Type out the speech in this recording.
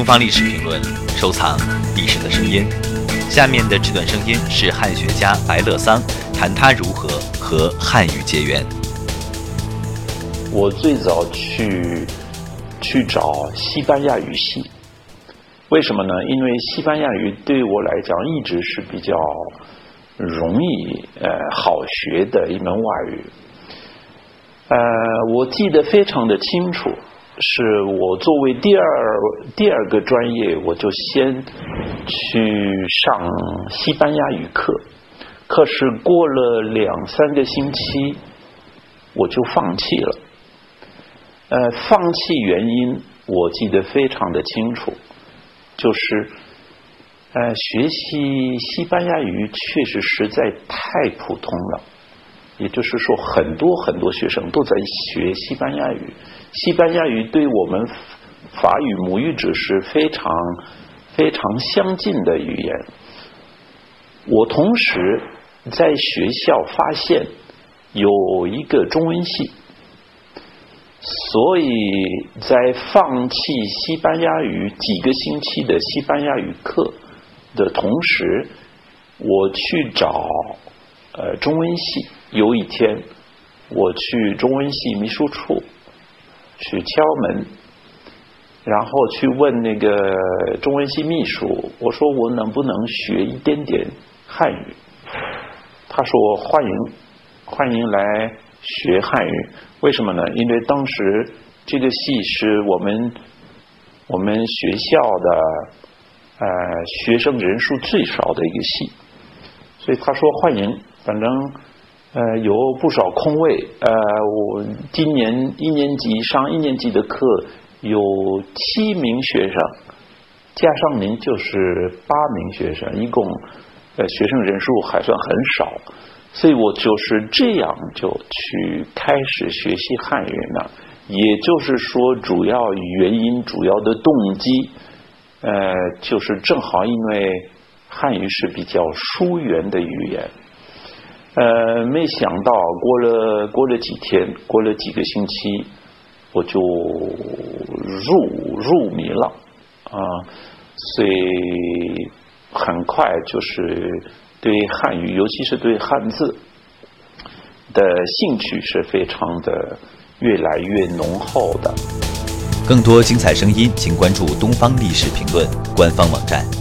东方历史评论，收藏历史的声音。下面的这段声音是汉学家白乐桑谈他如何和汉语结缘。 我最早去找西班牙语系，为什么呢？因为西班牙语对我来讲一直是比较容易好学的一门外语。我记得非常的清楚，是我作为第二个专业，我就先去上西班牙语课，可是过了2-3个星期我就放弃了。放弃原因我记得非常的清楚，就是学习西班牙语确实实在太普通了，也就是说很多学生都在学西班牙语，西班牙语对我们法语母语者是非常相近的语言。我同时在学校发现有一个中文系，所以在放弃西班牙语几个星期的西班牙语课的同时，我去找中文系。有一天我去中文系秘书处去敲门，然后去问那个中文系秘书，我说我能不能学一点点汉语。他说欢迎来学汉语。为什么呢？因为当时这个系是我们学校的学生人数最少的一个系，所以他说欢迎，反正有不少空位。我今年上1年级的课有7名学生，加上您就是8名学生，一共学生人数还算很少。所以我就是这样就去开始学习汉语呢。也就是说主要原因主要的动机就是正好因为汉语是比较疏远的语言。没想到过了几天，过了几个星期，我就入迷了所以很快就是对汉语，尤其是对汉字的兴趣是非常的越来越浓厚的。 更多精彩声音，请关注东方历史评论官方网站。